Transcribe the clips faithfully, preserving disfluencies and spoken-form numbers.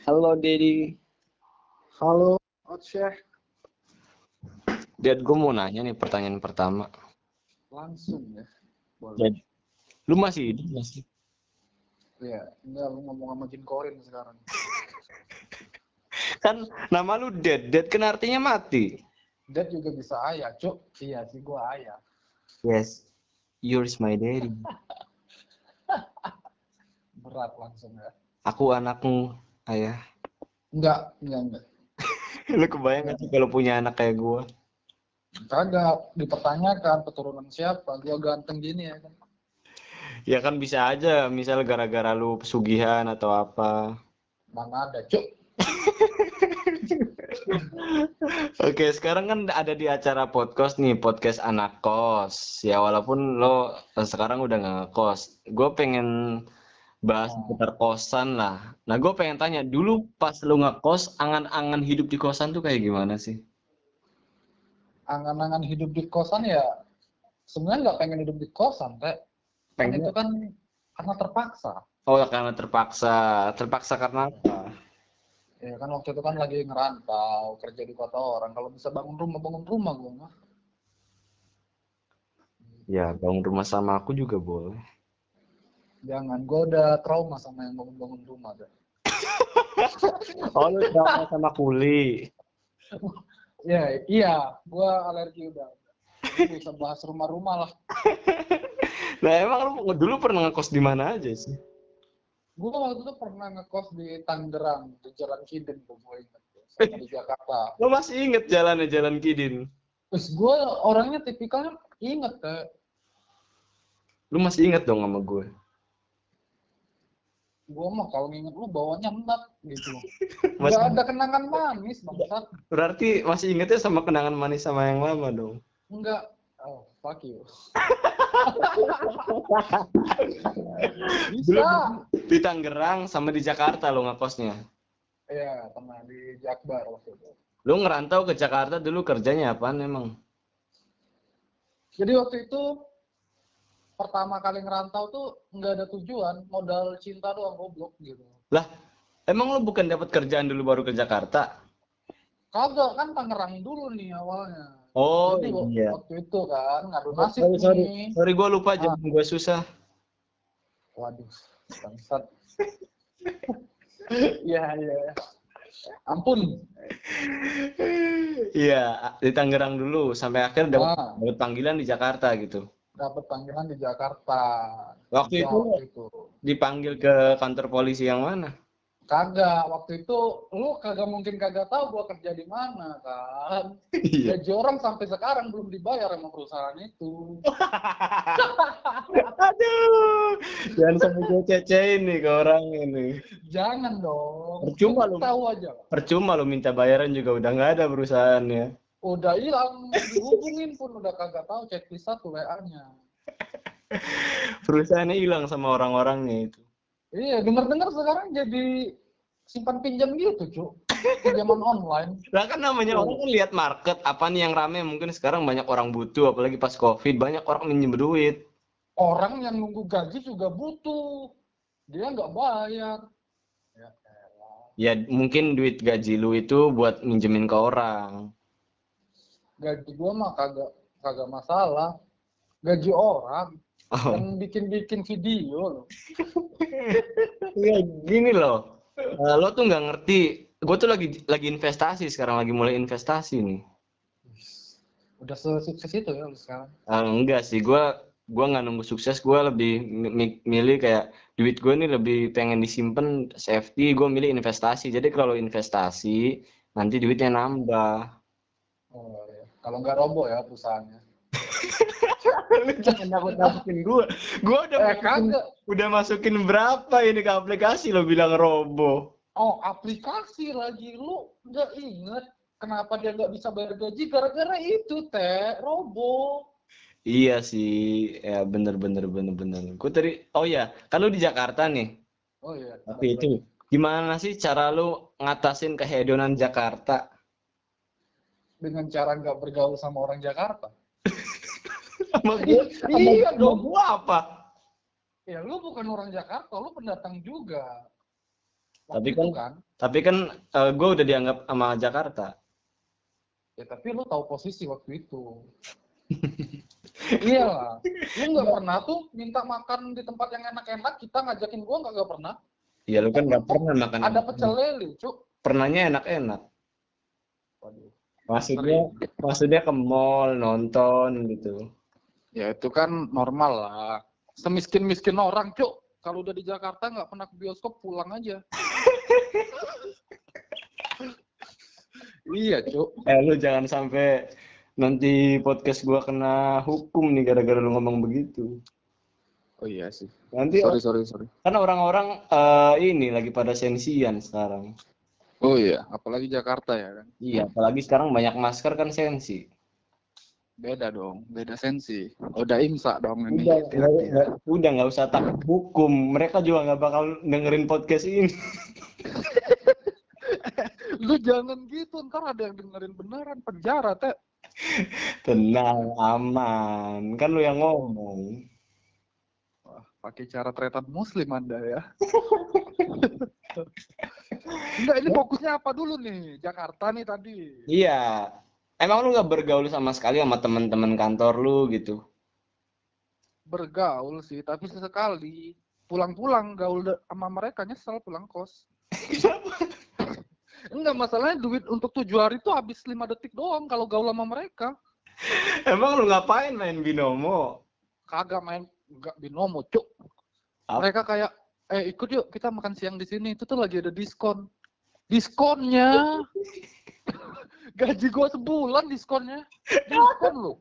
Halo Dedi. Halo, Otsyeh. Dad, gue mau nanya nih pertanyaan pertama. Langsung ya, boleh. Dad, lu masih hidup nggak sih? Ya, enggak, lu ngomong sama Jin Korin sekarang. Kan nama lu Dad, Dad kan artinya mati. Dad juga bisa ayah, cuk. Iya sih, gua ayah. Yes, yours my daddy. Berat langsung ya. Aku anakmu, ayah. Enggak, enggak, enggak. Lu kebayang Enggak. gak sih kalau punya anak kayak gue? Kagak dipertanyakan keturunan siapa. Gua ganteng gini ya kan. Ya kan bisa aja, misal gara-gara lu pesugihan atau apa. Mana ada, cuk. Oke, sekarang kan ada di acara podcast nih, podcast anak kos. Ya walaupun lo eh, sekarang udah nggak ngekos. Gue pengen bahas Nah, seputar kosan lah. Nah, gue pengen tanya, dulu pas lu ngekos, angan-angan hidup di kosan tuh kayak gimana sih? angan-angan hidup di kosan ya, sebenarnya nggak pengen hidup di kosan, Teh. Kan itu Pengen. kan karena terpaksa. Oh, karena terpaksa. Terpaksa karena apa? Ya kan waktu itu kan lagi ngerantau, kerja di kota orang. Kalau bisa bangun rumah, bangun rumah gua mah. Ya, bangun rumah sama aku juga boleh. Jangan, gue udah trauma sama yang bangun-bangun rumah. Deh. Oh, lu trauma sama kuli. Ya, iya, gue alergi udah. Jadi gak usah bahas rumah-rumah lah. Nah, emang lu dulu pernah ngekos di mana aja sih? Gue waktu itu pernah ngekos di Tangerang, di Jalan Kiden tuh gue inget. Eh, Sama di Jakarta. lo masih inget jalannya Jalan Kidin? Terus gue orangnya tipikalnya inget kayak, Lu masih inget dong sama gue? gue mah kalau nginget lu bawanya enak gitu. Gak Masih ada kenangan manis bangsat. berarti masih ingetnya sama kenangan manis sama yang lama dong. Enggak. Oh, fuck you. Dulu Bisa. di Tangerang sama di Jakarta lo ngekosnya. Iya, pernah di Jakbar waktu itu. Lu ngerantau ke Jakarta dulu kerjanya apaan emang? Jadi waktu itu pertama kali ngerantau tuh nggak ada tujuan, modal cinta doang goblok gitu. Lah, emang lu bukan dapat kerjaan dulu baru ke Jakarta? Kagak kan Tangerang dulu nih awalnya. Oh Jadi iya. waktu itu kan ngadu Oh, nasib sorry, sorry. nih. Sorry, gue lupa Ah, zaman gue susah. waduh, bangsat. Iya, iya. Ampun. Iya, di Tangerang dulu sampai akhir dapat Ah, dapat panggilan di Jakarta gitu. dapat panggilan di Jakarta. Waktu Kerja itu lu waktu itu. dipanggil ke kantor polisi yang mana? Kagak, waktu itu lu kagak mungkin kagak tahu gua kerja di mana kan. Iya. Gaji orang sampai sekarang belum dibayar sama perusahaan itu. Aduh, jangan sampai gue cecein nih ke orang ini. Jangan dong, Percuma cukup lu, tahu aja. percuma lu minta bayaran juga udah nggak ada perusahaannya. Udah hilang, dihubungin pun udah kagak tahu checklist satu W A-nya. Perusahaannya hilang sama orang-orangnya itu. Iya, dengar-dengar sekarang jadi simpan pinjam gitu, Cuk. Pinjaman online. Lah kan namanya orang Tuh, kan lihat market, apa nih yang rame, mungkin sekarang banyak orang butuh, apalagi pas Covid, banyak orang minjem duit. orang yang nunggu gaji juga butuh. Dia nggak bayar. Ya elah. Ya mungkin duit gaji lu itu buat minjemin ke orang. Gaji gua mah kagak kagak masalah. Gaji orang yang Oh, bikin-bikin video loh. iya gini loh. Eh, lo tuh nggak ngerti. Gue tuh lagi lagi investasi sekarang, lagi mulai investasi nih. Udah sukses itu ya lu sekarang. Eh, enggak sih, gue gua nggak nunggu sukses, gue lebih mi- mi- milih kayak duit gue nih lebih pengen disimpan safety, gue milih investasi. Jadi kalau investasi nanti duitnya nambah. Oh, ya. Kalau nggak roboh ya perusahaannya. Lu jangan nakut-nakutin gue. Gue udah Eh masukin kagak. udah masukin berapa ini ke aplikasi lo bilang robo. Oh, aplikasi lagi. Lu nggak inget kenapa dia nggak bisa bayar gaji? Gara-gara itu, Teh. Robo. Iya sih, ya bener bener bener bener. Gue tadi, oh ya, kan lu di Jakarta nih. Oh iya, Tapi balik itu lagi. gimana sih cara lu ngatasin kehedonan Jakarta? Dengan cara nggak bergaul sama orang Jakarta. Sama gue, sama, Iya sama dong. gue apa? Ya lu bukan orang Jakarta, lu pendatang juga. Tapi Waktu kan, itu kan. tapi kan uh, gue udah dianggap sama Jakarta. Ya tapi lu tahu posisi waktu itu. Iyalah. Lu nggak pernah tuh minta makan di tempat yang enak-enak, kita ngajakin gua nggak nggak pernah. Iya lu kan Lu nggak tuh pernah makan ada pecel enak-enak. lele, Cuk. Pernahnya enak-enak. Waduh. Maksudnya, Sering. maksudnya ke mall nonton gitu. Ya itu kan normal lah. Semiskin-miskin orang, Cuk. Kalau udah di Jakarta nggak pernah ke bioskop, pulang aja. Iya, Cuk. Eh lu jangan sampai nanti podcast gua kena hukum nih gara-gara lu ngomong begitu. Oh iya sih. Nanti Sorry, sorry, sorry. kan orang-orang uh, ini lagi pada sensian sekarang. Oh iya, apalagi Jakarta ya kan. Iya, apalagi sekarang banyak masker kan sensi. Beda dong, beda sensi. Udah imsak dong ini, Udah, nggak, hati-hati ya. nggak, udah nggak usah takut hukum. Mereka juga nggak bakal dengerin podcast ini. Lu jangan gitu, ntar ada yang dengerin beneran penjara, Teh. Tenang, aman. Kan lu yang Oh, ngomong. wah, pakai cara tretan muslim Anda ya. Enggak, ini fokusnya apa dulu nih? Jakarta nih tadi. Iya. Emang lu nggak bergaul sama sekali sama teman-teman kantor lu gitu? Bergaul sih, tapi sesekali. Pulang-pulang gaul sama mereka nyesel pulang kos. Enggak, masalahnya duit untuk tujuh hari itu habis lima detik doang kalau gaul sama mereka. Emang lu ngapain main binomo? Kagak main, enggak binomo, Cuk. Apa? Mereka kayak, eh ikut yuk kita makan siang di sini. Itu tuh lagi ada diskon. Diskonnya gaji gua sebulan diskonnya. Diskon loh.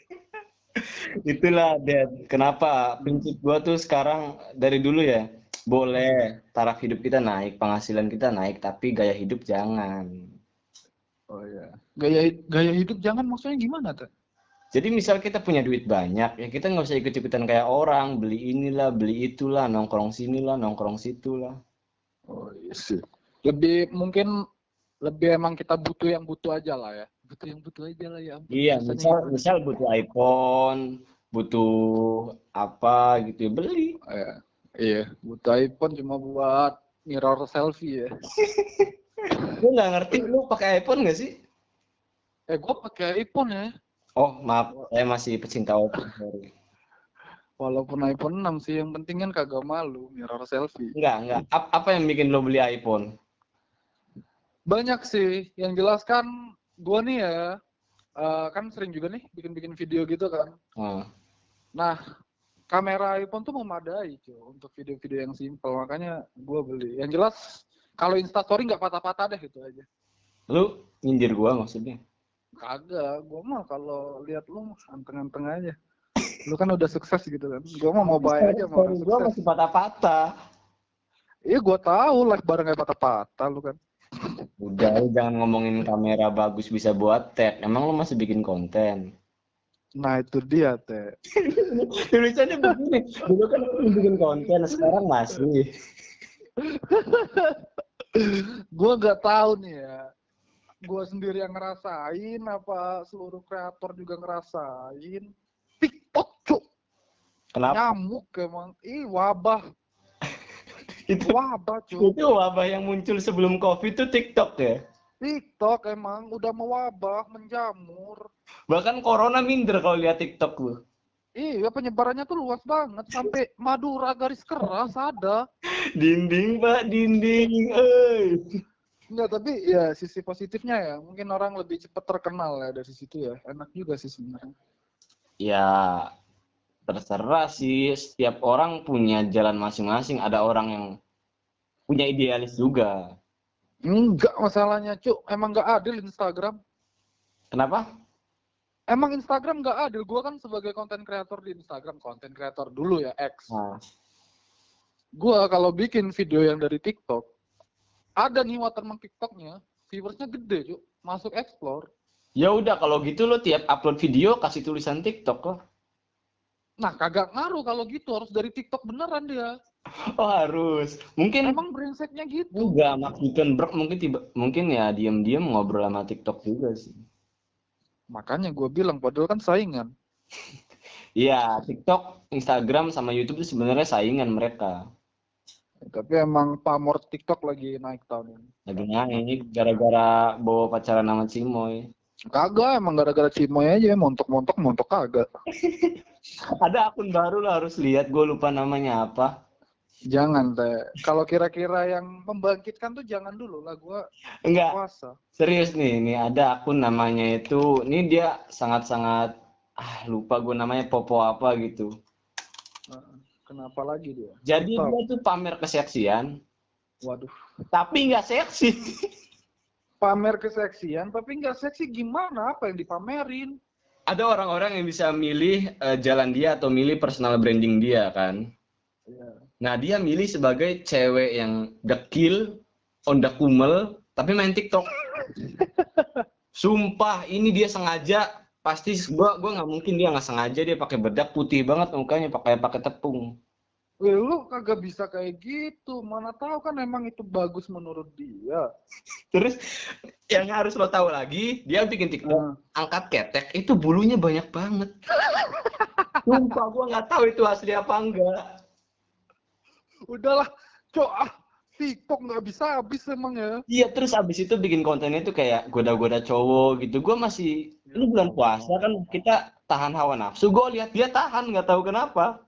Itulah, Dad. Kenapa prinsip gua tuh sekarang dari dulu ya, boleh taraf hidup kita naik, penghasilan kita naik, tapi gaya hidup jangan. Oh iya. Gaya gaya hidup jangan maksudnya gimana tuh? Jadi misal kita punya duit banyak, ya kita nggak usah ikut-ikutan kayak orang, beli inilah, beli itulah, nongkrong sinilah, nongkrong situlah. Oh iya sih. Lebih mungkin lebih emang kita butuh yang butuh aja lah ya. Butuh yang butuh aja lah ya ampun. Iya, Bahasanya misal gimana misal sih? butuh iPhone, butuh apa gitu ya beli. Eh, iya, butuh iPhone cuma buat mirror selfie ya. Gue nggak ngerti, lu pakai iPhone nggak sih? Eh, gue pakai iPhone ya. Oh, maaf, saya masih pecinta Oppo. Sorry. Walaupun iPhone enam sih, yang penting kan kagak malu mirror selfie. Enggak, enggak. Ap- apa yang bikin lo beli iPhone? Banyak sih, yang jelas kan gue nih ya, uh, kan sering juga nih bikin-bikin video gitu kan. Nah, Nah, kamera iPhone tuh memadai cuy untuk video-video yang simpel, makanya gue beli. Yang jelas kalau Instastory nggak patah-patah deh itu aja. lu nyindir gua maksudnya? Kagak, gue mah kalau lihat lu anteng-anteng aja. Lu kan udah sukses gitu kan. Gue mah mau Tapi baik story, aja sama story orang gua sukses. masih patah-patah. Iya gue tahu live bareng kayak patah-patah lu kan. Udah, lu jangan ngomongin kamera bagus bisa buat tag. Emang lu masih bikin konten? Nah itu dia teh. Tulisannya begini. Dulu kan aku bikin konten, sekarang masih. Gue nggak tahu nih ya. Gue sendiri yang ngerasain apa seluruh kreator juga ngerasain. TikTok cuk. Kenapa? Nyamuk emang. Ih wabah. Itu Wabah cuk. itu wabah yang muncul sebelum COVID itu TikTok ya. TikTok emang udah mewabah, menjamur. Bahkan corona minder kalau lihat TikTok lu. Iya penyebarannya tuh luas banget. Sampai Madura garis keras ada. Dinding, Pak, dinding. Eh. Enggak, tapi ya sisi positifnya ya. Mungkin orang lebih cepat terkenal ya dari situ ya. Enak juga sih sebenarnya. Ya, terserah sih. Setiap orang punya jalan masing-masing. Ada orang yang punya idealis juga. Enggak masalahnya, Cuk. Emang nggak adil Instagram. Kenapa? Emang Instagram nggak adil. Gue kan sebagai konten kreator di Instagram, konten kreator dulu ya, X. Nah, Gue kalau bikin video yang dari TikTok, ada nih watermark TikToknya, viewersnya gede, Cuk. Masuk explore. ya udah kalau gitu lo tiap upload video kasih tulisan TikTok lah. Nah, kagak ngaruh kalau gitu. Harus dari TikTok beneran dia. Oh harus. Mungkin Emang brengseknya gitu. enggak Mark Zuckerberg mungkin tiba mungkin ya diam-diam ngobrol sama TikTok juga sih. Makanya gue bilang, padahal kan saingan. Iya, TikTok, Instagram sama YouTube itu sebenarnya saingan mereka. Tapi emang pamor TikTok lagi naik tahun ini. Lagi naik gara-gara bawa pacaran sama Cimoy. Kagak, emang gara-gara Cimoy aja, montok-montok, montok kagak. Ada akun baru lo harus lihat, gue lupa namanya apa. Jangan teh. Kalau kira-kira yang membangkitkan tuh jangan dulu lah, gua Enggak, puasa. serius nih, ini ada akun namanya itu, ini dia sangat-sangat, ah lupa gue namanya Popo apa gitu. Nah, kenapa lagi dia? Jadi TikTok. dia tuh pamer keseksian, Waduh. tapi nggak seksi. Pamer keseksian, tapi nggak seksi gimana? Apa yang dipamerin? Ada orang-orang yang bisa milih eh, jalan dia atau milih personal branding dia kan. Iya. Nah dia milih sebagai cewek yang dekil, onda kumel, tapi main TikTok. Sumpah, ini dia sengaja. Pasti gua gua nggak mungkin dia nggak sengaja, dia pakai bedak putih banget mukanya, pakai pakai tepung. Weh, lu kagak bisa kayak gitu. Mana tahu kan emang itu bagus menurut dia. Terus yang harus lo tahu lagi, dia bikin TikTok Nah, angkat ketek itu bulunya banyak banget. Sumpah gua nggak tahu itu asli apa enggak. udahlah, cok ah, TikTok nggak bisa habis emang ya. Iya, terus abis itu bikin kontennya itu kayak goda-goda cowok gitu. Gua masih Ya ini bulan puasa Allah. kan kita tahan hawa nafsu. Gue lihat dia tahan nggak tahu kenapa.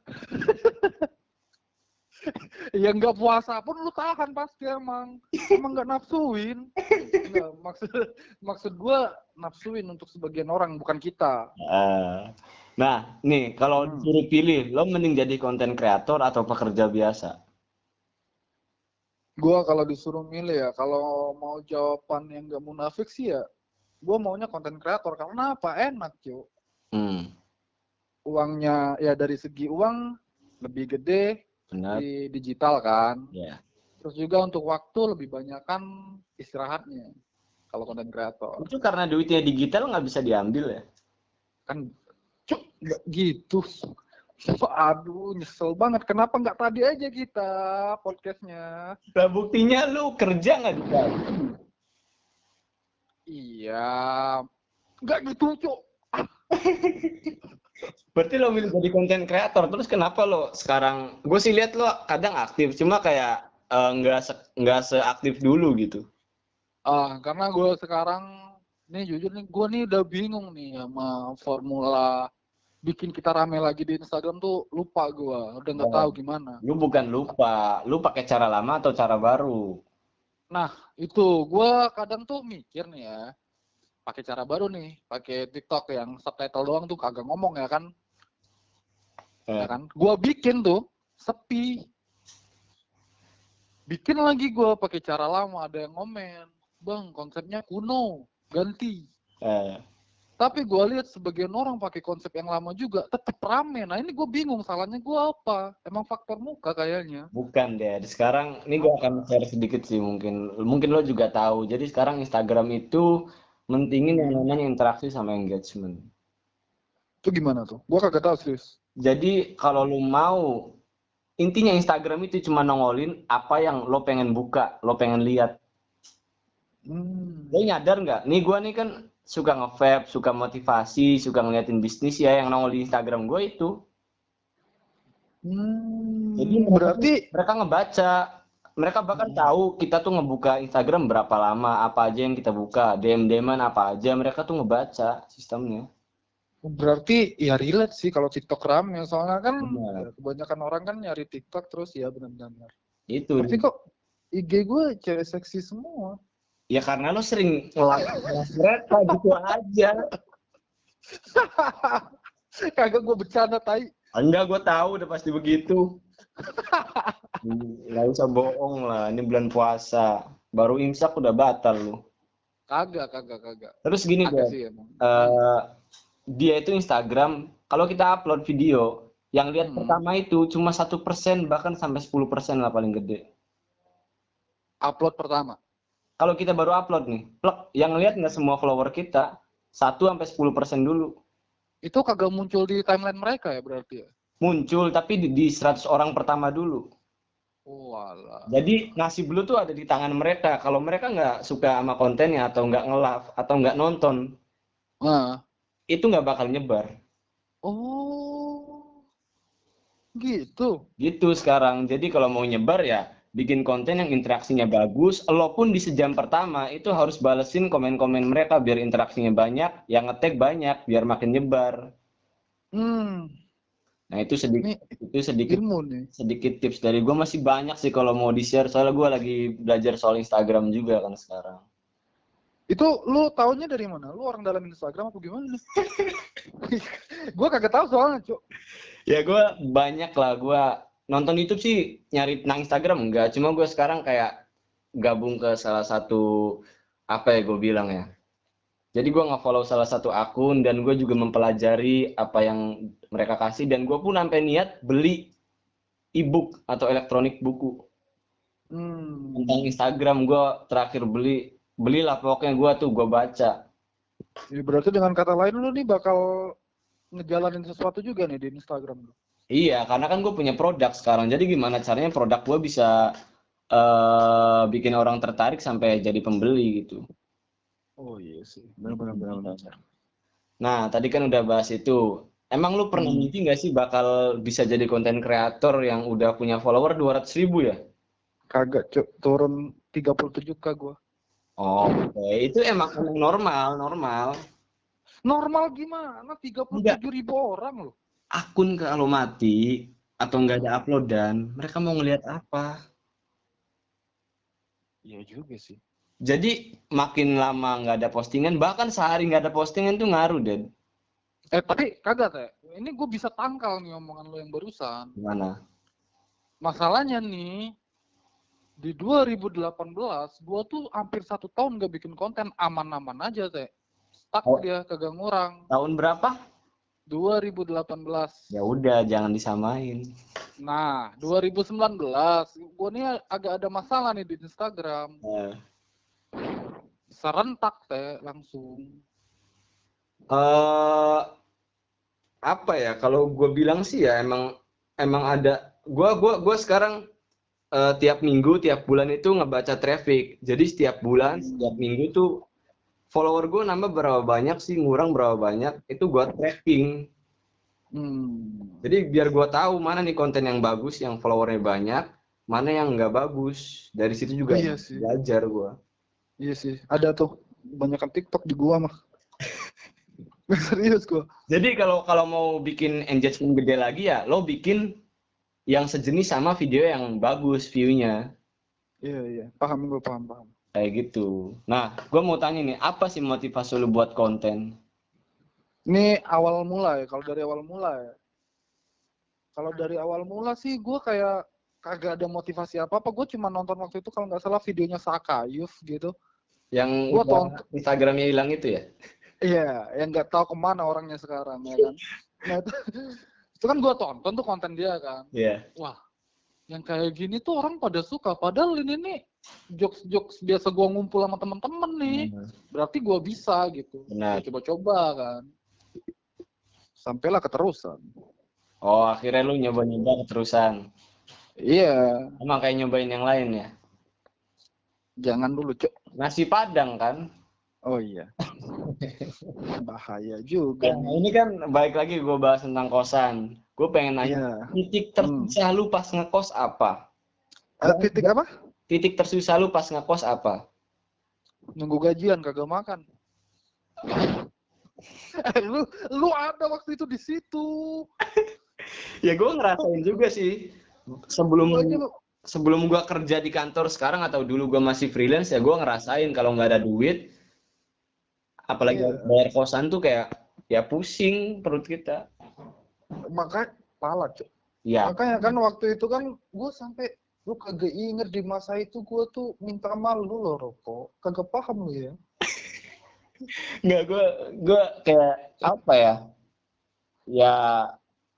Ya nggak puasa pun lu tahan pasti emang. Emang nggak nafsuin. Nggak, maksud maksud gua nafsuin untuk sebagian orang, bukan kita. Eh, nah, nih kalau Hmm. disuruh pilih, lo mending jadi konten kreator atau pekerja biasa? Gua kalau disuruh milih ya, kalau mau jawaban yang nggak munafik sih ya, gua maunya konten kreator karena apa? Enak, cuy. Hmm, Uangnya ya dari segi uang lebih gede benar. di digital kan. Ya. Terus juga untuk waktu lebih banyak kan istirahatnya kalau konten kreator. Itu karena duitnya digital nggak bisa diambil ya? Kan cuk nggak gitu. Aduh, nyesel banget. Kenapa nggak tadi aja kita podcastnya? Nah, buktinya lu kerja nggak digaji. Iya, nggak gitu, cuk. Berarti lo milih jadi konten kreator, terus kenapa lo sekarang? Gue sih lihat lo kadang aktif, cuma kayak eh, nggak se nggak seaktif dulu gitu. Ah, karena gue sekarang nih jujur nih gue nih udah bingung nih sama formula bikin kita rame lagi di Instagram tuh lupa gue, udah nggak Oh, tahu gimana. lu bukan lupa, lu pakai cara lama atau cara baru? Nah, itu gue kadang tuh mikir nih ya, pakai cara baru nih, pakai TikTok yang subtitle doang tuh kagak ngomong ya kan, ya Eh, kan? Gue bikin tuh sepi, bikin lagi gue pakai cara lama ada yang ngomen, bang konsepnya kuno, ganti. eh. Tapi gue lihat sebagian orang pakai konsep yang lama juga tetap rame. Nah ini gue bingung salahnya gue apa? Emang faktor muka kayaknya. Bukan deh. Sekarang ini gue akan Apa? share sedikit sih mungkin. Mungkin lo juga tahu. Jadi sekarang Instagram itu mentingin yang Hmm. namanya interaksi sama engagement. Itu gimana tuh? Gue kagak tahu serius. Jadi kalau lo mau intinya Instagram itu cuma nongolin apa yang lo pengen buka, lo pengen lihat. Lo Hmm. nyadar nggak? Nih gue nih kan suka nge-vape, suka motivasi, suka ngeliatin bisnis ya yang nongol di Instagram gue itu. Jadi Hmm. mereka tuh Berarti mereka ngebaca, mereka bahkan hmm. tahu kita tuh ngebuka Instagram berapa lama, apa aja yang kita buka, D M-D M-an apa aja, mereka tuh ngebaca sistemnya. Berarti ya relate sih kalau TikTok rame. Soalnya kan ya, Benar. kebanyakan orang kan nyari TikTok terus ya benar-benar. Itu. Tapi kok I G gue cewek seksi semua. Ya karena lo sering nge-like mereka gitu aja. Kagak gue bercanda tai. Enggak, gue tahu udah pasti begitu. Nggak usah bohong lah, ini bulan puasa. Baru imsak udah batal lu. Kagak, kagak, kagak. Terus gini Kagak deh, sih emang. Hmm. eh, dia itu Instagram, kalau kita upload video, yang lihat Hmm. pertama itu cuma satu persen bahkan sampai sepuluh persen lah paling gede. Upload pertama. Kalau kita baru upload nih, plek, yang lihat nggak semua follower kita, satu sampai sepuluh persen dulu. Itu kagak muncul di timeline mereka ya berarti ya? Muncul, tapi di, di seratus orang pertama dulu. Oh Jadi alah. ngasih blue tuh ada di tangan mereka. Kalau mereka nggak suka sama kontennya atau nggak nge-love atau nggak nonton, Nah. itu nggak bakal nyebar. Oh, gitu. Gitu sekarang. Jadi kalau mau nyebar ya bikin konten yang interaksinya bagus, lo pun di sejam pertama itu harus balesin komen-komen mereka biar interaksinya banyak, yang nge-tag banyak biar makin nyebar. Hmm, Nah, itu sedikit ini itu sedikit ilmu nih. sedikit tips dari gue, masih banyak sih kalau mau di-share soalnya gue lagi belajar soal Instagram juga kan sekarang. Itu lu taunya dari mana? Lu orang dalam Instagram apa gimana? Gue kagak tahu soalnya, Cuk. Ya gue banyak lah, gue nonton YouTube sih nyari tentang Instagram enggak, cuma gue sekarang kayak gabung ke salah satu, apa ya gue bilang ya. Jadi gue nge-follow salah satu akun dan gue juga mempelajari apa yang mereka kasih, dan gue pun sampai niat beli e-book atau elektronik buku tentang Hmm. Instagram. Gue terakhir beli belilah pokoknya, gue tuh gue baca. Ya, berarti dengan kata lain lu nih bakal ngejalanin sesuatu juga nih di Instagram lu. Iya, karena kan gue punya produk sekarang. Jadi gimana caranya produk gue bisa eh bikin orang tertarik sampai jadi pembeli gitu. Oh iya sih, benar-benar benar-benar. Nah, tadi kan udah bahas itu. Emang lu pernah Hmm. mimpi nggak sih bakal bisa jadi konten kreator yang udah punya follower dua ratus ribu ya? Kagak, Cuk. Turun tiga puluh tujuh k gua. Oke, itu emang, emang normal, normal. Normal gimana? tiga puluh Enggak, tujuh ribu orang loh. akun kalau mati atau nggak ada Hmm. uploadan, mereka mau ngelihat apa? Iya juga sih. Jadi makin lama nggak ada postingan, bahkan sehari nggak ada postingan tuh ngaruh, Den. Eh tapi kagak teh. Ini gue bisa tangkal nih omongan lo yang barusan. Gimana? Masalahnya nih di dua ribu delapan belas gue tuh hampir satu tahun gak bikin konten, aman-aman aja teh. Stuck Oh, dia kagak ngurang. tahun berapa? dua ribu delapan belas. Ya udah, jangan disamain. Nah, dua ribu sembilan belas gue nih agak ada masalah nih di Instagram. Nah, Serentak teh langsung. eh apa ya? Kalau gue bilang sih ya emang emang ada. Gua gua gua sekarang eh, tiap minggu, tiap bulan itu ngebaca traffic. Jadi setiap bulan, setiap Hmm. minggu tuh follower gue nambah berapa banyak sih, ngurang berapa banyak, itu gue tracking. Hmm. Jadi biar gue tahu mana nih konten yang bagus, yang followernya banyak, mana yang nggak bagus. Dari situ Oh juga iya sih. belajar gue. Iya sih. Ada tuh. Banyakan TikTok di gua mah. Serius gua. Jadi kalau kalau mau bikin engagement gede lagi ya, lo bikin yang sejenis sama video yang bagus view-nya. Iya, iya. Paham gua, paham, paham. Kayak gitu. Nah, gue mau tanya nih, apa sih motivasi lo buat konten? Ini awal mula ya. Kalau dari awal mula ya. Kalau dari awal mula sih gue kayak kagak ada motivasi apa-apa. Gue cuma nonton waktu itu kalau nggak salah videonya Sakayuf gitu. Yang Gue udah tonton, Instagramnya hilang itu ya? iya, yang nggak tahu kemana orangnya sekarang ya kan. Nah itu, itu kan gue tonton tuh konten dia kan. Iya. Wah, yang kayak gini tuh orang pada suka. Padahal ini nih jokes-jokes biasa gue ngumpul sama temen-temen nih. Hmm, Berarti gue bisa gitu. Gue benar. coba-coba kan. Sampailah keterusan. Oh, akhirnya lu nyoba-nyoba keterusan. Iya, Emang kayak nyobain yang lain ya? jangan dulu, Cok. Nasi Padang kan? Oh iya, bahaya juga Nah, nih. ini kan balik lagi gue bahas tentang kosan. Gue pengen nanya, Iya. titik Hmm. tersusah lu pas ngekos apa? Eh, Gak- titik gak- apa? Titik tersusah lu pas ngekos apa? Nunggu gajian kagak makan. Eh, lu lu ada waktu itu di situ. Ya gue ngerasain juga sih. Sebelum Gua aja sebelum gue kerja di kantor sekarang atau dulu gue masih freelance, ya gue ngerasain kalau nggak ada duit, apalagi harus iya, bayar kosan tuh kayak ya pusing perut kita. makanya pala, Cok. Ya, Makanya kan waktu itu kan gue sampai lu kagak inget di masa itu gue tuh minta malu loh rokok. Kagak paham lu ya. nggak, gue gue kayak apa ya? Ya,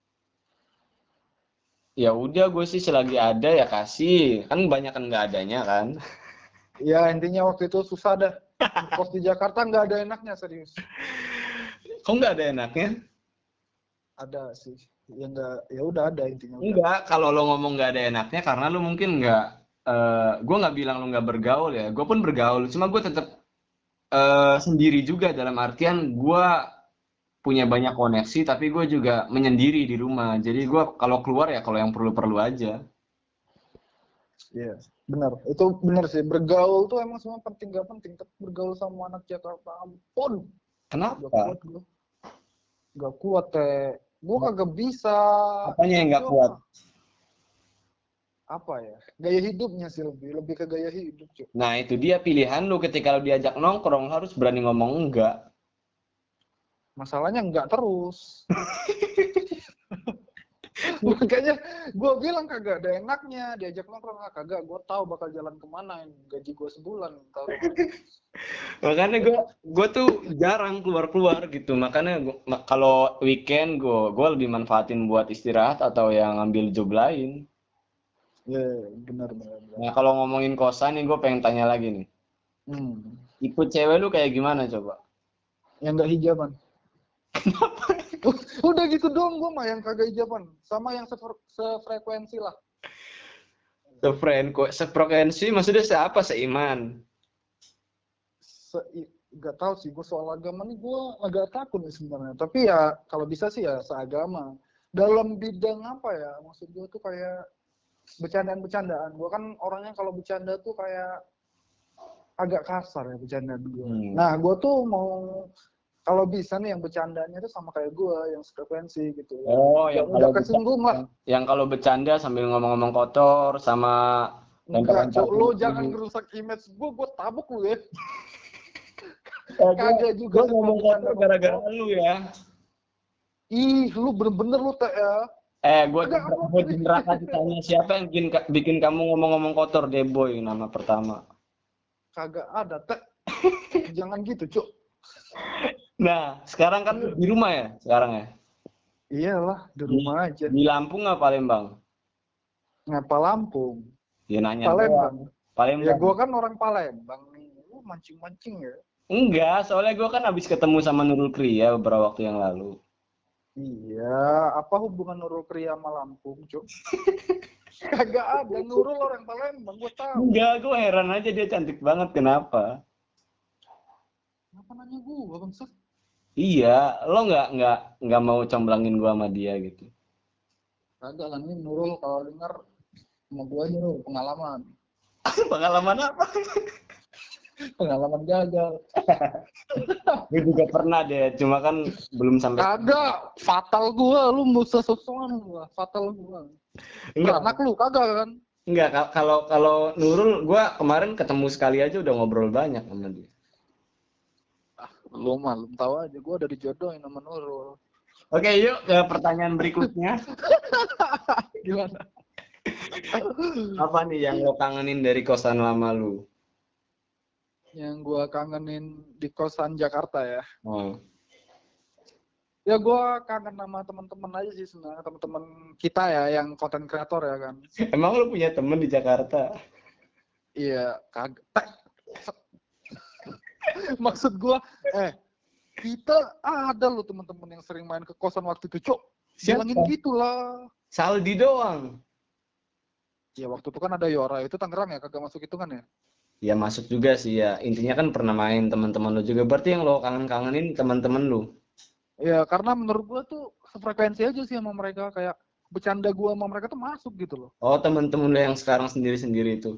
ya udah, gue sih selagi ada ya kasih, kan banyak kan nggak adanya kan. Ya intinya waktu itu susah dah. Ngekos di Jakarta nggak ada enaknya serius. Kok nggak ada enaknya? Ada sih. Ya nggak, ya udah ada intinya udah. Enggak, kalau lo ngomong nggak ada enaknya karena lo mungkin nggak, eh gue nggak bilang lo nggak bergaul ya, gue pun bergaul, cuma gue tetap eh, sendiri juga, dalam artian gue punya banyak koneksi tapi gue juga menyendiri di rumah, jadi gue kalau keluar ya kalau yang perlu-perlu aja. Iya, benar. Itu benar sih. Bergaul tuh emang semua penting gak penting. Tapi bergaul sama anak Jakarta, ampun. Gak Kenapa? kuat gue. Gak kuat, teh. Gue kagak bisa. Apanya yang nggak Cok, kuat? apa ya? Gaya hidupnya sih lebih. Lebih ke gaya hidup, Cok. Nah, itu dia pilihan lu ketika lu diajak nongkrong harus berani ngomong enggak. Masalahnya enggak terus. Makanya gue bilang kagak ada enaknya. Diajak nongkrong, ah, kagak. Gue tahu bakal jalan kemana. Gaji gue sebulan. Tahu-tahu. Makanya gue gue tuh jarang keluar-keluar gitu. Makanya gua, ma- kalau weekend gue gue lebih manfaatin buat istirahat atau yang ngambil job lain. Iya, benar, benar, benar. Nah, kalau ngomongin kosan nih gue pengen tanya lagi nih. Hmm. Ikut cewek lu kayak gimana coba? Yang enggak hijaban. Udah gitu doang gue mah yang kagak hijaban. Sama yang sefre- sefrekuensi lah. Sefrekuensi, kok sefrekuensi maksudnya siapa seiman? Se Gak tahu sih gue soal agama nih gue agak takut nih sebenarnya. Tapi ya kalau bisa sih ya seagama. Dalam bidang apa ya? Maksud gue tuh kayak bercandaan-bercandaan. Gue kan orangnya kalau bercanda tuh kayak agak kasar ya bercandaan gue. Hmm. Nah gue tuh mau kalau bisa nih yang bercandanya tuh sama kayak gue yang sefrekuensi gitu. Oh, Yang yang nggak kalau bercanda, kesinggung lah. yang, yang kalau bercanda sambil ngomong-ngomong kotor sama Enggak, lempar-lempar cok, lo jangan bulu. ngerusak image gue, gue tabuk lu ya. Eh, gue Kagak juga gue sih kalau ngomong bercanda kotor ngomong gara-gara kotor. lu ya. Ih, lu bener-bener lu teh ya. Eh, gue Agak upload gue ini. Jendra kasih tanya siapa yang bikin bikin kamu ngomong-ngomong kotor, Deboy nama pertama. Kagak ada teh. Jangan gitu, cok. Nah, sekarang kan lu di rumah ya, sekarang ya. Iyalah, di Di, rumah aja. di Lampung nggak Palembang? Ngapa Lampung? Ya nanya doang. Palembang. Ya Palembang. gua kan orang Palembang nih. Lu mancing-mancing ya. Enggak, soalnya gue kan habis ketemu sama Nurul Kria beberapa waktu yang lalu. Iya, apa hubungan Nurul Kriya sama Lampung, cok? Kagak ada. Nurul orang Palembang, gua tahu. Enggak, gue heran aja dia cantik banget, kenapa? Kenapa nanya gua, bangsat? Iya, lo nggak nggak nggak mau comblangin gua sama dia gitu. Kagak kan ini Nurul kalau denger sama gua aja Nurul, pengalaman. Pengalaman apa? Pengalaman gagal. Gue juga pernah deh, cuma kan belum sampai. Kagak, fatal gua, lu musa sosokan gua, fatal gua. Enggak, Beranak lu kagak kan? enggak. Ka- Kalau kalau Nurul, gua kemarin ketemu sekali aja udah ngobrol banyak sama dia. Ah, lu mah lu tahu aja gua udah dijodohin sama Nurul. Oke, yuk ke pertanyaan berikutnya. Gimana? Apa nih yang lo kangenin dari kosan lama lu? Yang gua kangenin di kosan Jakarta ya. Oh. Ya gua kangen sama teman-teman aja sih sebenarnya, teman-teman kita ya yang konten kreator ya kan. Emang lo punya temen di Jakarta? Iya, kagak. Maksud gua, eh kita ada loh teman-teman yang sering main ke kosan waktu itu, Cok. Bilangin Siapa? gitulah. Saldi doang. Ya waktu itu kan ada Yora, itu Tangerang ya, kagak masuk hitungan ya. Ya masuk juga sih ya. Intinya kan pernah main teman-teman lo juga. Berarti yang lo kangen-kangenin teman-teman lo. Ya karena menurut gua tuh sefrekuensi aja sih sama mereka, kayak bercanda gua sama mereka tuh masuk gitu loh. Oh, teman-teman lo yang sekarang sendiri-sendiri itu.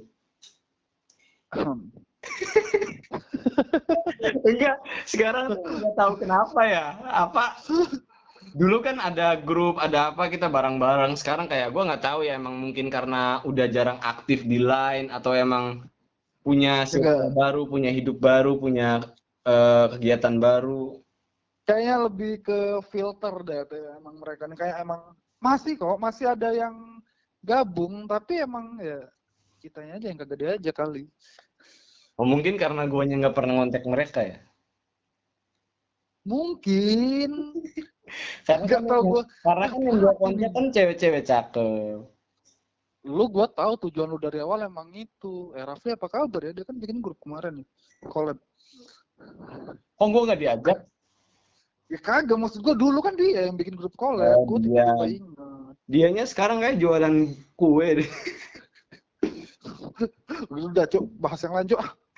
Enggak, sekarang tuh nggak tahu kenapa ya. Apa dulu kan ada grup, ada apa kita bareng-bareng. Sekarang kayak gue nggak tahu ya emang mungkin karena udah jarang aktif di Line atau emang punya circle Enggak, baru, punya hidup baru, punya eh, kegiatan baru. kayaknya lebih ke filter deh tuh ya, emang mereka nih kayak emang masih kok, masih ada yang gabung, tapi emang ya kitanya aja yang kagak diajak kali. Oh, mungkin karena guanya nggak pernah ngontek mereka ya. Mungkin, Karena kan nggak tahu yang, gua karena kan yang gue apa kontak nih. kan cewek-cewek cakep. Lu gua tahu tujuan lu dari awal emang itu. Eh Rafli apa kabar ya? Dia kan bikin grup kemarin nih, collab. Kok gue nggak diajak? Ya kagak, maksud gua dulu kan dia yang bikin grup collab. Oh Gua dia, tiba-tiba ingat. dianya sekarang kayak jualan kue deh. Udah, Cuk, bahas yang lain, Cuk.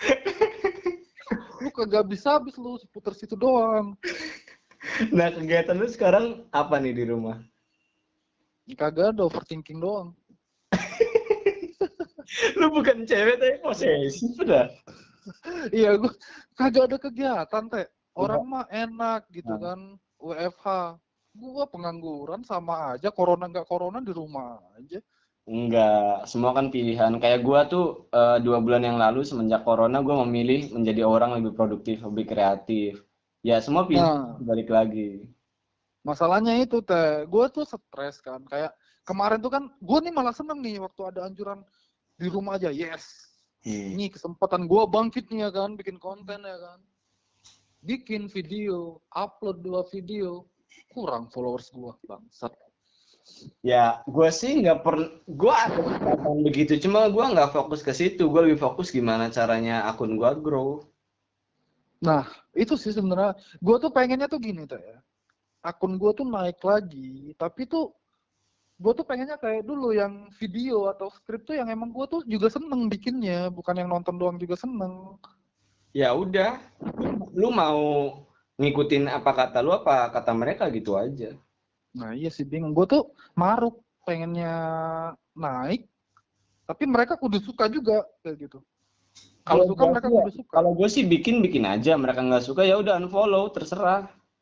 Lu kagak bisa habis lu seputar situ doang. Nah, kegiatan lu sekarang apa nih di rumah? Kagak ada overthinking doang. Lu bukan cewek tapi posesif dah. Iya, gua kagak ada kegiatan teh. Iya. Orang mah enak gitu Nah, kan, W F H. Gua pengangguran sama aja, corona nggak corona di rumah aja. enggak, semua kan pilihan. Kayak gua tuh eh, dua bulan yang lalu semenjak corona gua memilih menjadi orang lebih produktif, lebih kreatif. Ya semua pilihan Nah, balik lagi. masalahnya itu teh, gua tuh stres kan. Kayak kemarin tuh kan, gua nih malah seneng nih waktu ada anjuran di rumah aja. Yes, Hmm. ini kesempatan gua bangkit nih ya kan, bikin konten ya kan. Bikin video, upload dua video, kurang followers gua, bangsat. Ya, gue sih nggak pernah, gue ada kesempatan begitu, cuma gue nggak fokus ke situ, gue lebih fokus gimana caranya akun gue grow. Nah, itu sih sebenarnya. Gue tuh pengennya tuh gini tuh ya. Akun gue tuh naik lagi, tapi tuh gue tuh pengennya kayak dulu yang video atau skrip tuh yang emang gue tuh juga seneng bikinnya, bukan yang nonton doang juga seneng. Ya udah, lu, lu mau ngikutin apa kata lu, apa kata mereka gitu aja. Nah iya sih bingung. Gue tuh maruk pengennya naik, tapi mereka kudu suka juga kayak gitu. Kalau Kalau suka gue mereka sih ya, kudu suka. kalau gue sih bikin bikin aja, mereka nggak suka ya udah unfollow, terserah.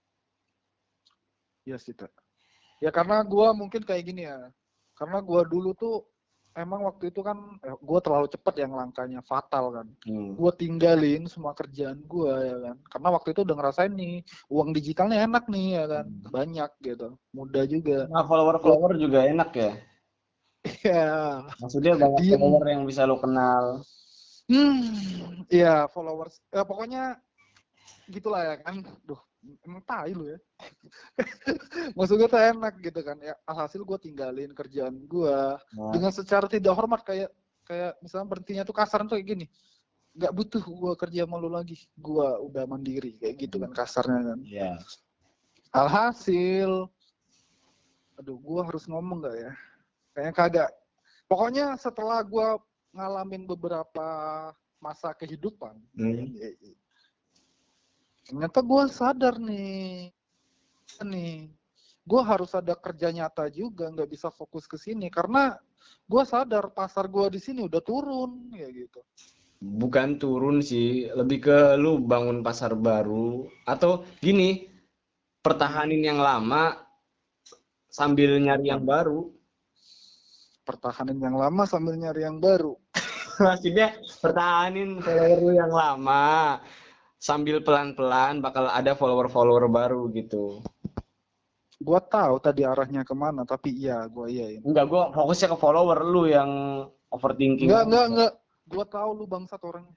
Iya sih, Teh. Ya karena gue mungkin kayak gini ya. Karena gue dulu tuh emang waktu itu kan eh, gue terlalu cepet yang langkahnya fatal kan. Hmm. Gue tinggalin semua kerjaan gue ya kan. Karena waktu itu udah ngerasain nih uang digitalnya enak nih ya kan. Banyak gitu. Mudah juga. Nah, Gue follower-follower juga enak ya. ya Maksudnya banyak follower diem. yang bisa lo kenal. Hmm, ya followers. Ya, pokoknya gitulah ya kan. Duh, emang tai lu ya. Maksud gue tuh enak gitu kan ya, alhasil gue tinggalin kerjaan gue Nah, dengan secara tidak hormat, kayak kayak misalnya berhentinya tuh kasar tuh kayak gini, nggak butuh gue kerja malu lagi, gue udah mandiri kayak gitu kan kasarnya kan. ya. Alhasil aduh gue harus ngomong nggak ya, kayaknya kagak. Pokoknya setelah gue ngalamin beberapa masa kehidupan Hmm. ternyata gue sadar nih nih gue harus ada kerja nyata juga, nggak bisa fokus ke sini karena gue sadar pasar gue di sini udah turun ya gitu. Bukan turun sih, lebih ke lu bangun pasar baru atau gini, Hmm, pertahanin yang lama sambil nyari yang apa baru. pertahanan yang lama sambil nyari yang baru. Maksudnya pertahanin follower lu yang lama sambil pelan-pelan bakal ada follower-follower baru gitu. Gue tahu tadi arahnya kemana tapi iya gue iyain. Enggak, gua fokusnya ke follower lu yang overthinking Nggak nggak aja. nggak gue tahu lu bangsat orangnya.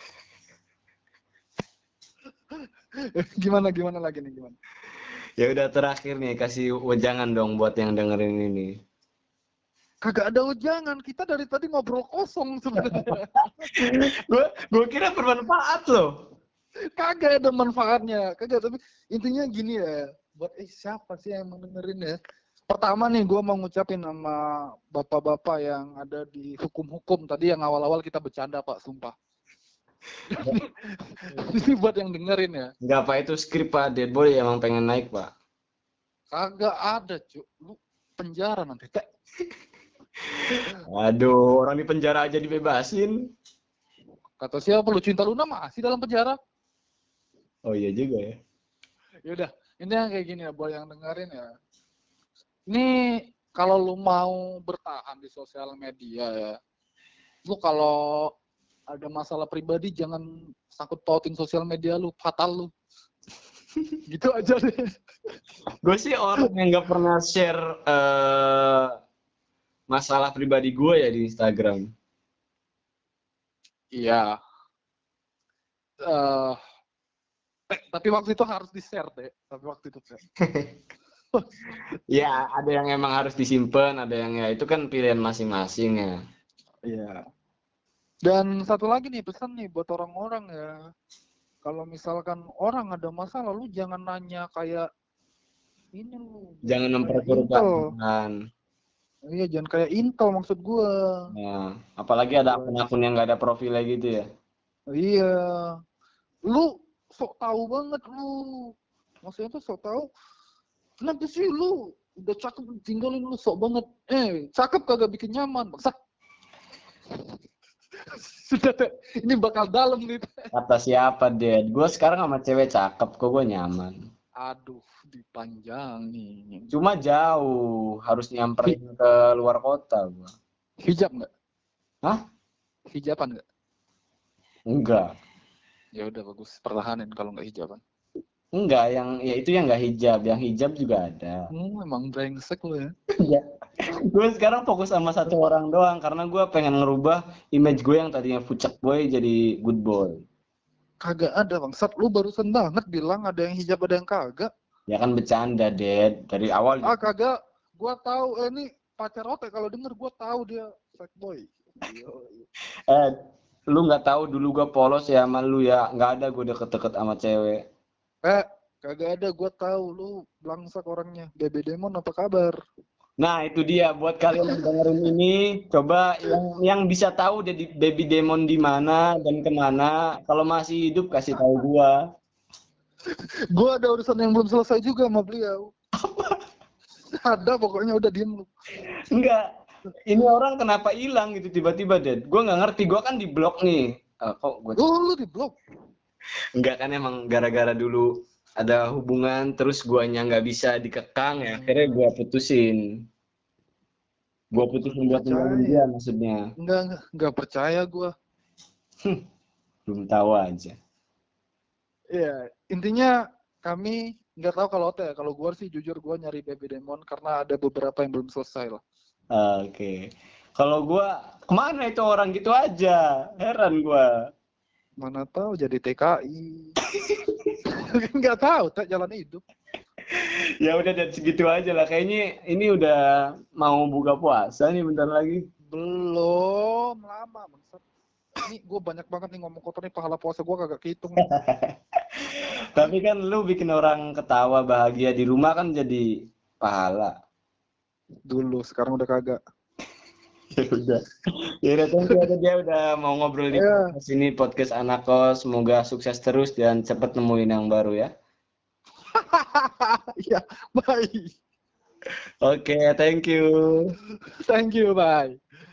Gimana gimana lagi nih gimana. Ya udah terakhir nih kasih wejangan dong buat yang dengerin ini. Kagak ada ujangan, kita dari tadi ngobrol kosong sebenarnya. Gue gue kira bermanfaat loh. Kagak ada manfaatnya, kagak. Tapi intinya gini ya, buat eh siapa sih yang mau dengerin ya? Pertama nih, gue mau ngucapin sama bapak-bapak yang ada di hukum-hukum tadi yang awal-awal kita bercanda Pak, sumpah. Ini buat yang dengerin ya. Enggak pak, itu skrip pak, Dead Boy emang pengen naik pak. Kagak ada cuy, lu penjara nanti. Teh. Aduh, orang di penjara aja dibebasin. Kata siapa lu, Cinta Luna masih dalam penjara? Oh iya juga ya. Ya udah, ini yang kayak gini ya, buat yang dengerin ya. Ini kalau lu mau bertahan di sosial media ya, lu kalau ada masalah pribadi jangan sangkut pautin sosial media lu, fatal lu. Gitu aja deh. Gue sih orang yang nggak pernah share eh, masalah pribadi gue ya di Instagram. Iya. Uh, tapi waktu itu harus di-share deh. Tapi waktu itu deh. Ya, ada yang emang harus disimpan, ada yang ya itu kan pilihan masing-masing ya. Iya. Dan satu lagi nih pesan nih buat orang-orang ya. Kalau misalkan orang ada masalah, lu jangan nanya kayak ini lu, Jangan jangan kayak memperkeruh Intel. keadaan. Iya, jangan kayak Intel maksud gua. Nah, apalagi ada Gitu aja akun-akun sih. yang nggak ada profilnya gitu ya. Iya. Lu sok tahu banget lu. Maksudnya tuh sok tahu. Kenapa sih lu udah cakep tinggalin lu sok banget. Eh, cakep kagak bikin nyaman. Bangsat. Sudah Teh. Ini bakal dalam nih. Teh. Kata siapa, Ded? Gue sekarang sama cewek cakep kok, gue nyaman. Aduh, dipanjangin. Cuma jauh, harus Hi- nyamperin ke luar kota gua. hijab nggak? Hah? Hijaban nggak? Enggak. Ya udah bagus, pertahanin kalau nggak hijaban. Enggak, yang ya itu yang enggak hijab, yang hijab juga ada. Hmm, emang brengsek lo ya. Iya. Gue sekarang fokus sama satu orang doang karena gue pengen ngerubah image gue yang tadinya pucak boy jadi good boy. Kagak ada bangsat, lu barusan banget bilang ada yang hijab ada yang kagak. Ya kan bercanda, Ded. Dari awal Ah kagak, gua tahu eh, ini pacar Ote kalau denger gua tahu dia fat boy. eh lu nggak tahu dulu gue polos ya sama lu ya. Nggak ada gue deket-deket sama cewek. Eh, kagak ada, gua tahu lu belangsak orangnya. Bebe Demon apa kabar? Nah, itu dia buat kalian yang dengerin ini, coba yang yang bisa tahu jadi baby demon di mana dan kemana. Kalau masih hidup kasih tahu gua. Gua ada urusan yang belum selesai juga sama beliau. Ada pokoknya udah diem lu. Enggak. Ini orang kenapa hilang gitu tiba-tiba, Ded? Gua nggak ngerti. Gua kan di blok nih. Eh, kok gua Oh, lu di blok. enggak kan emang gara-gara dulu ada hubungan terus guanya nggak bisa dikekang ya akhirnya gua putusin. Gua putusin Kagak buat ninggalin dia percaya. maksudnya. Enggak, enggak, enggak percaya gua. Belum tahu aja. Iya, intinya kami nggak tahu kalau Ote. Kalau gua sih jujur gua nyari Baby Demon karena ada beberapa yang belum selesai lah. Oke. Kalau gua kemana itu orang gitu aja? Heran gua. Mana tahu jadi T K I. Nggak tahu, tak jalan hidup. Ya udah dan segitu aja lah. Kayaknya ini udah mau buka puasa nih bentar lagi. Belum lama, bangsat. Ini gue banyak banget nih ngomong kotor nih, pahala puasa gue kagak kehitung nih. Tapi kan lu bikin orang ketawa bahagia di rumah kan jadi pahala. Dulu, sekarang udah kagak. Ya udah. Ya udah thank you dia udah mau ngobrol di Ya, podcast ini podcast anak kos. Semoga sukses terus dan cepet nemuin yang baru ya. ya, bye. Oke, thank you. Thank you, bye.